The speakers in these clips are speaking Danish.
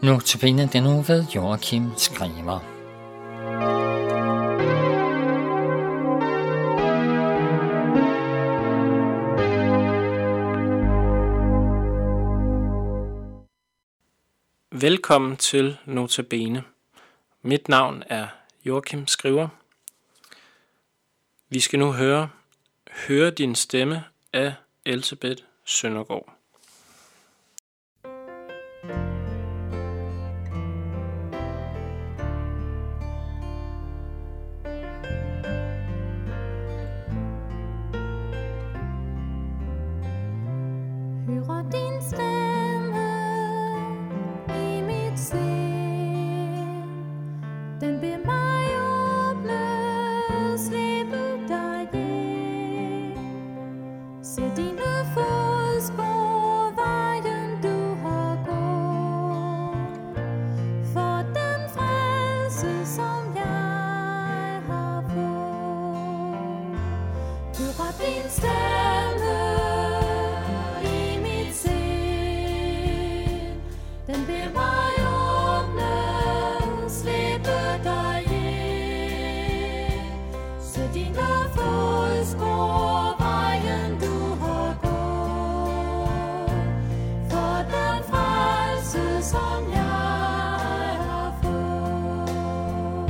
Notabene den uge ved Joachim Skriver. Velkommen til Notabene. Mit navn er Joachim Skriver. Vi skal nu høre din stemme af Elsebeth Søndergaard. Hører din stemme i mit sind. Den beder mig åbne, slippe dig ind. Se dine fodspor, vejen du har gået. For den frelse, som jeg har fået. Hører din stemme i mit sind. Den beder mig åbne, slippe dig ind. Se dine fodspor, vejen du har gået. For den frelse, som jeg har fået.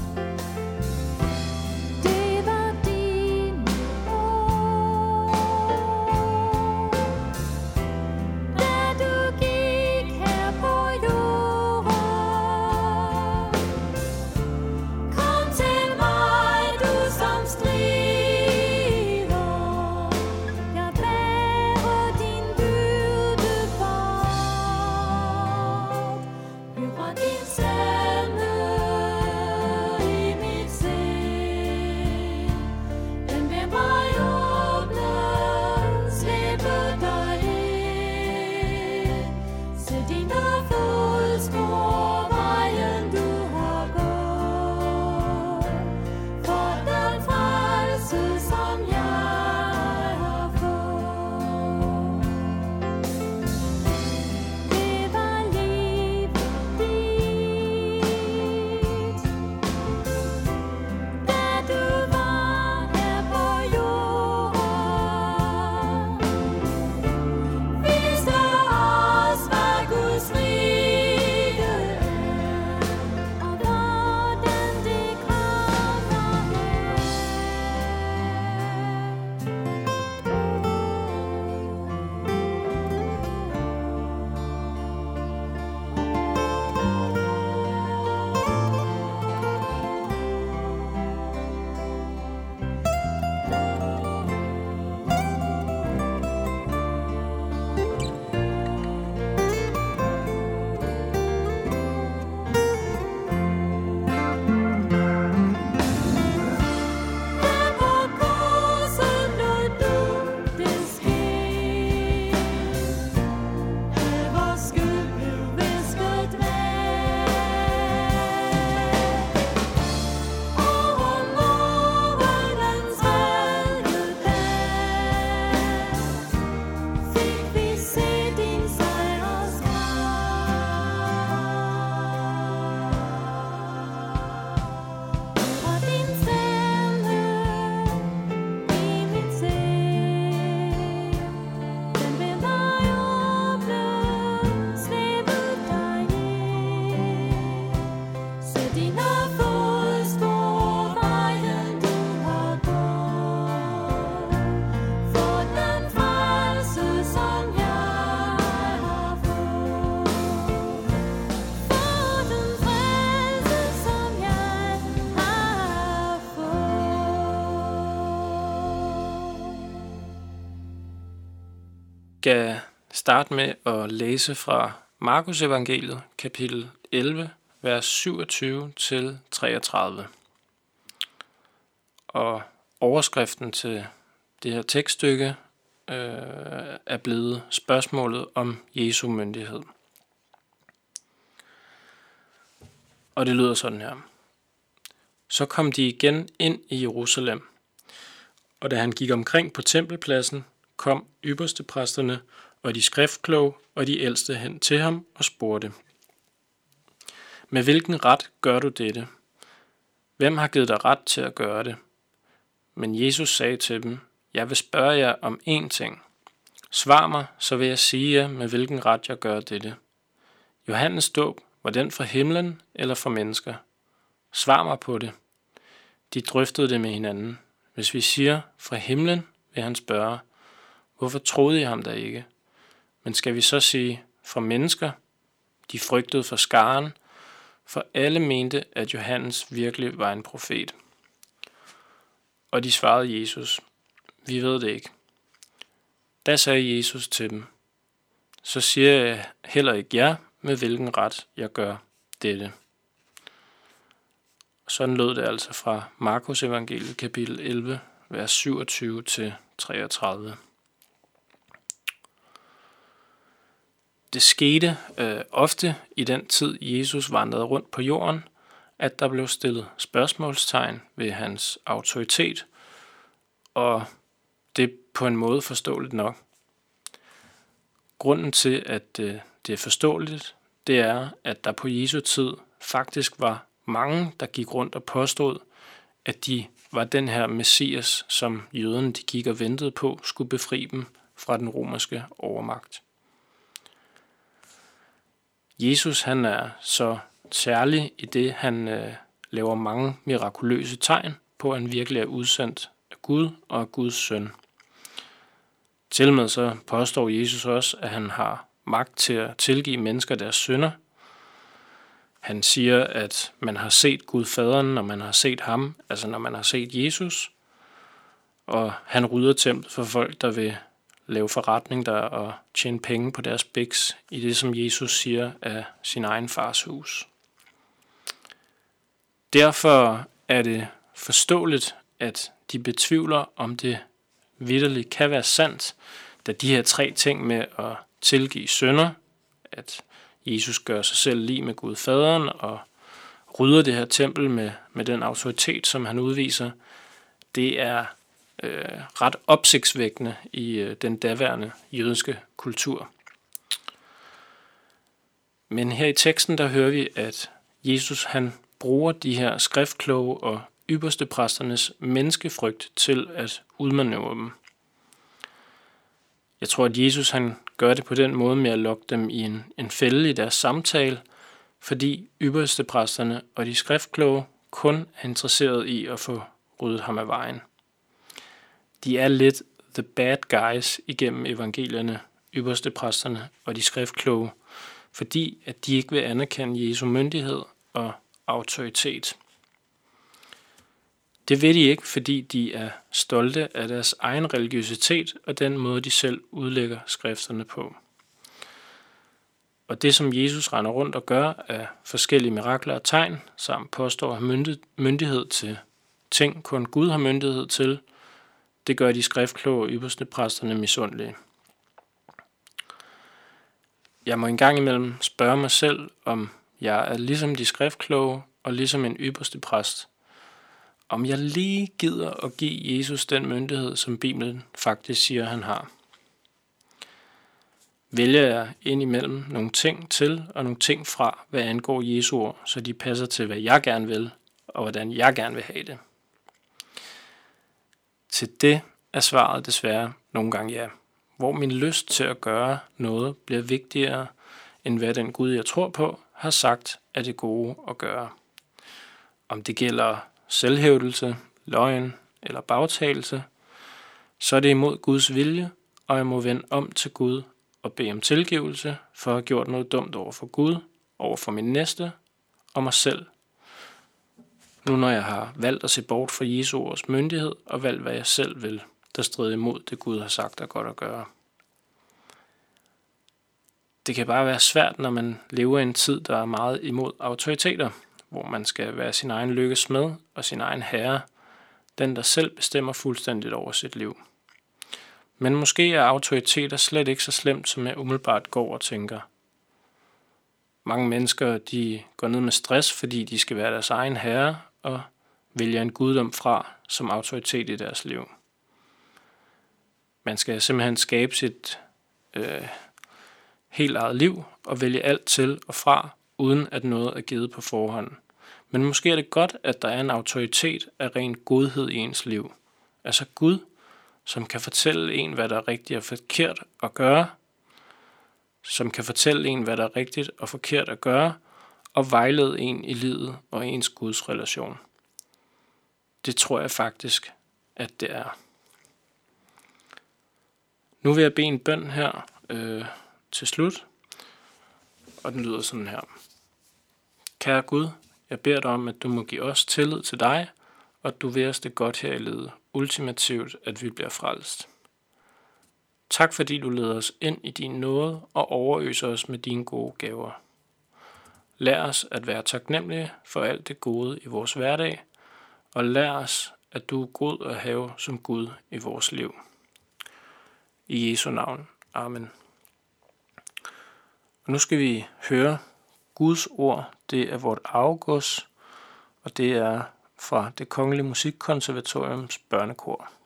Det var dine ord, da du gik her på jorden. Kom til mig, du som strider. Jeg bærer din byrde bort. Hører din stemme i mit sind. Den vil mig åbne, slippe dig ind. Se dine fodspor, vejen du har gået. For den frelse, som jeg har fået. Det var livet dit, da du var her på jorden. Viste os, hvad Guds rige er, og hvordan det kommer hen. Der på korset lod du det ske. Al vores skyld blev visket væk. Over morgenens tredje dag fik vi se din sejrsgang. Og din stemme i mit sind. Den vil mig åbne, slippe dig ind. Se dine fodspor, vejen du har gået. For den frelse, som jeg har fået. For den frelse, som jeg har fået. Skal starte med at læse fra Markus evangeliet, kapitel 11, vers 27 til 33. Og overskriften til det her tekststykke er blevet spørgsmålet om Jesu myndighed. Og det lyder sådan her. Så kom de igen ind i Jerusalem, og da han gik omkring på tempelpladsen, kom ypperstepræsterne og de skriftkloge og de ældste hen til ham og spurgte: med hvilken ret gør du dette? Hvem har givet dig ret til at gøre det? Men Jesus sagde til dem, jeg vil spørge jer om én ting. Svar mig, så vil jeg sige jer, med hvilken ret jeg gør dette. Johannes dåb, var den fra himlen eller fra mennesker? Svar mig på det. De drøftede det med hinanden. Hvis vi siger fra himlen, vil han spørge, hvorfor troede I ham da ikke? Men skal vi så sige fra mennesker? De frygtede for skaren, for alle mente, at Johannes virkelig var en profet. Og de svarede Jesus, vi ved det ikke. Da sagde Jesus til dem, så siger jeg heller ikke jer, med hvilken ret jeg gør dette. Sådan lød det altså fra Markus evangeliet kapitel 11, vers 27-33. Det skete ofte i den tid, Jesus vandrede rundt på jorden, at der blev stillet spørgsmålstegn ved hans autoritet, og det er på en måde forståeligt nok. Grunden til, at det er forståeligt, det er, at der på Jesu tid faktisk var mange, der gik rundt og påstod, at de var den her Messias, som jøderne de gik og ventede på, skulle befri dem fra den romerske overmagt. Jesus han er så særlig i det, han laver mange mirakuløse tegn på, at han virkelig er udsendt af Gud og af Guds søn. Til og med så påstår Jesus også, at han har magt til at tilgive mennesker deres synder. Han siger, at man har set Gud faderen, når man har set ham, altså når man har set Jesus. Og han rydder templet for folk, der vil lave forretning der og tjene penge på deres biks i det, som Jesus siger af sin egen fars hus. Derfor er det forståeligt, at de betvivler, om det vitterligt kan være sandt, da de her 3 ting med at tilgive synder, at Jesus gør sig selv lig med Gud faderen og rydder det her tempel med den autoritet, som han udviser, det er ret opsigtsvækkende i den daværende jødiske kultur. Men her i teksten, der hører vi, at Jesus han bruger de her skriftkloge og ypperstepræsternes menneskefrygt til at udmanøvrere dem. Jeg tror, at Jesus han gør det på den måde med at lokke dem i en fælde i deres samtale, fordi ypperstepræsterne og de skriftkloge kun er interesseret i at få ryddet ham af vejen. De er lidt the bad guys igennem evangelierne, ypperstepræsterne og de skriftkloge, fordi at de ikke vil anerkende Jesu myndighed og autoritet. Det vil de ikke, fordi de er stolte af deres egen religiøsitet og den måde, de selv udlægger skrifterne på. Og det, som Jesus render rundt og gør af forskellige mirakler og tegn, samt påstår at have myndighed til ting, kun Gud har myndighed til, det gør de skriftkloge og ypperstepræsterne misundelige. Jeg må engang imellem spørge mig selv, om jeg er ligesom de skriftkloge og ligesom en ypperstepræst, om jeg lige gider at give Jesus den myndighed, som Bibelen faktisk siger, han har. Vælger jeg indimellem nogle ting til og nogle ting fra, hvad angår Jesu ord, så de passer til, hvad jeg gerne vil, og hvordan jeg gerne vil have det. Til det er svaret desværre nogle gange ja, hvor min lyst til at gøre noget bliver vigtigere, end hvad den Gud, jeg tror på, har sagt er det gode at gøre. Om det gælder selvhævdelse, løgn eller bagtagelse, så er det imod Guds vilje, og jeg må vende om til Gud og bede om tilgivelse for at have gjort noget dumt over for Gud, over for min næste og mig selv. Nu når jeg har valgt at se bort fra Jesu ords myndighed og valgt, hvad jeg selv vil, der strider imod det Gud har sagt er godt at gøre. Det kan bare være svært, når man lever i en tid, der er meget imod autoriteter, hvor man skal være sin egen lykkes smed og sin egen herre, den der selv bestemmer fuldstændigt over sit liv. Men måske er autoriteter slet ikke så slemt, som jeg umiddelbart går og tænker. Mange mennesker de går ned med stress, fordi de skal være deres egen herre og vælger en guddom fra som autoritet i deres liv. Man skal simpelthen skabe sit helt eget liv og vælge alt til og fra uden at noget er givet på forhånd. Men måske er det godt, at der er en autoritet af ren godhed i ens liv. Altså Gud, som kan fortælle en, hvad der er rigtigt og forkert at gøre, som kan fortælle en, hvad der er rigtigt og forkert at gøre, og vejlede en i livet og ens Guds relation. Det tror jeg faktisk, at det er. Nu vil jeg bede en bøn her til slut, og den lyder sådan her. Kære Gud, jeg beder dig om, at du må give os tillid til dig, og at du vil os det godt her i livet, ultimativt, at vi bliver frelst. Tak fordi du leder os ind i din nåde og overøser os med dine gode gaver. Lær os at være taknemmelige for alt det gode i vores hverdag, og lær os, at du er god at have som Gud i vores liv. I Jesu navn. Amen. Og nu skal vi høre Guds ord. Det er vort arvegods, og det er fra Det Kongelige Musikkonservatoriums børnekor.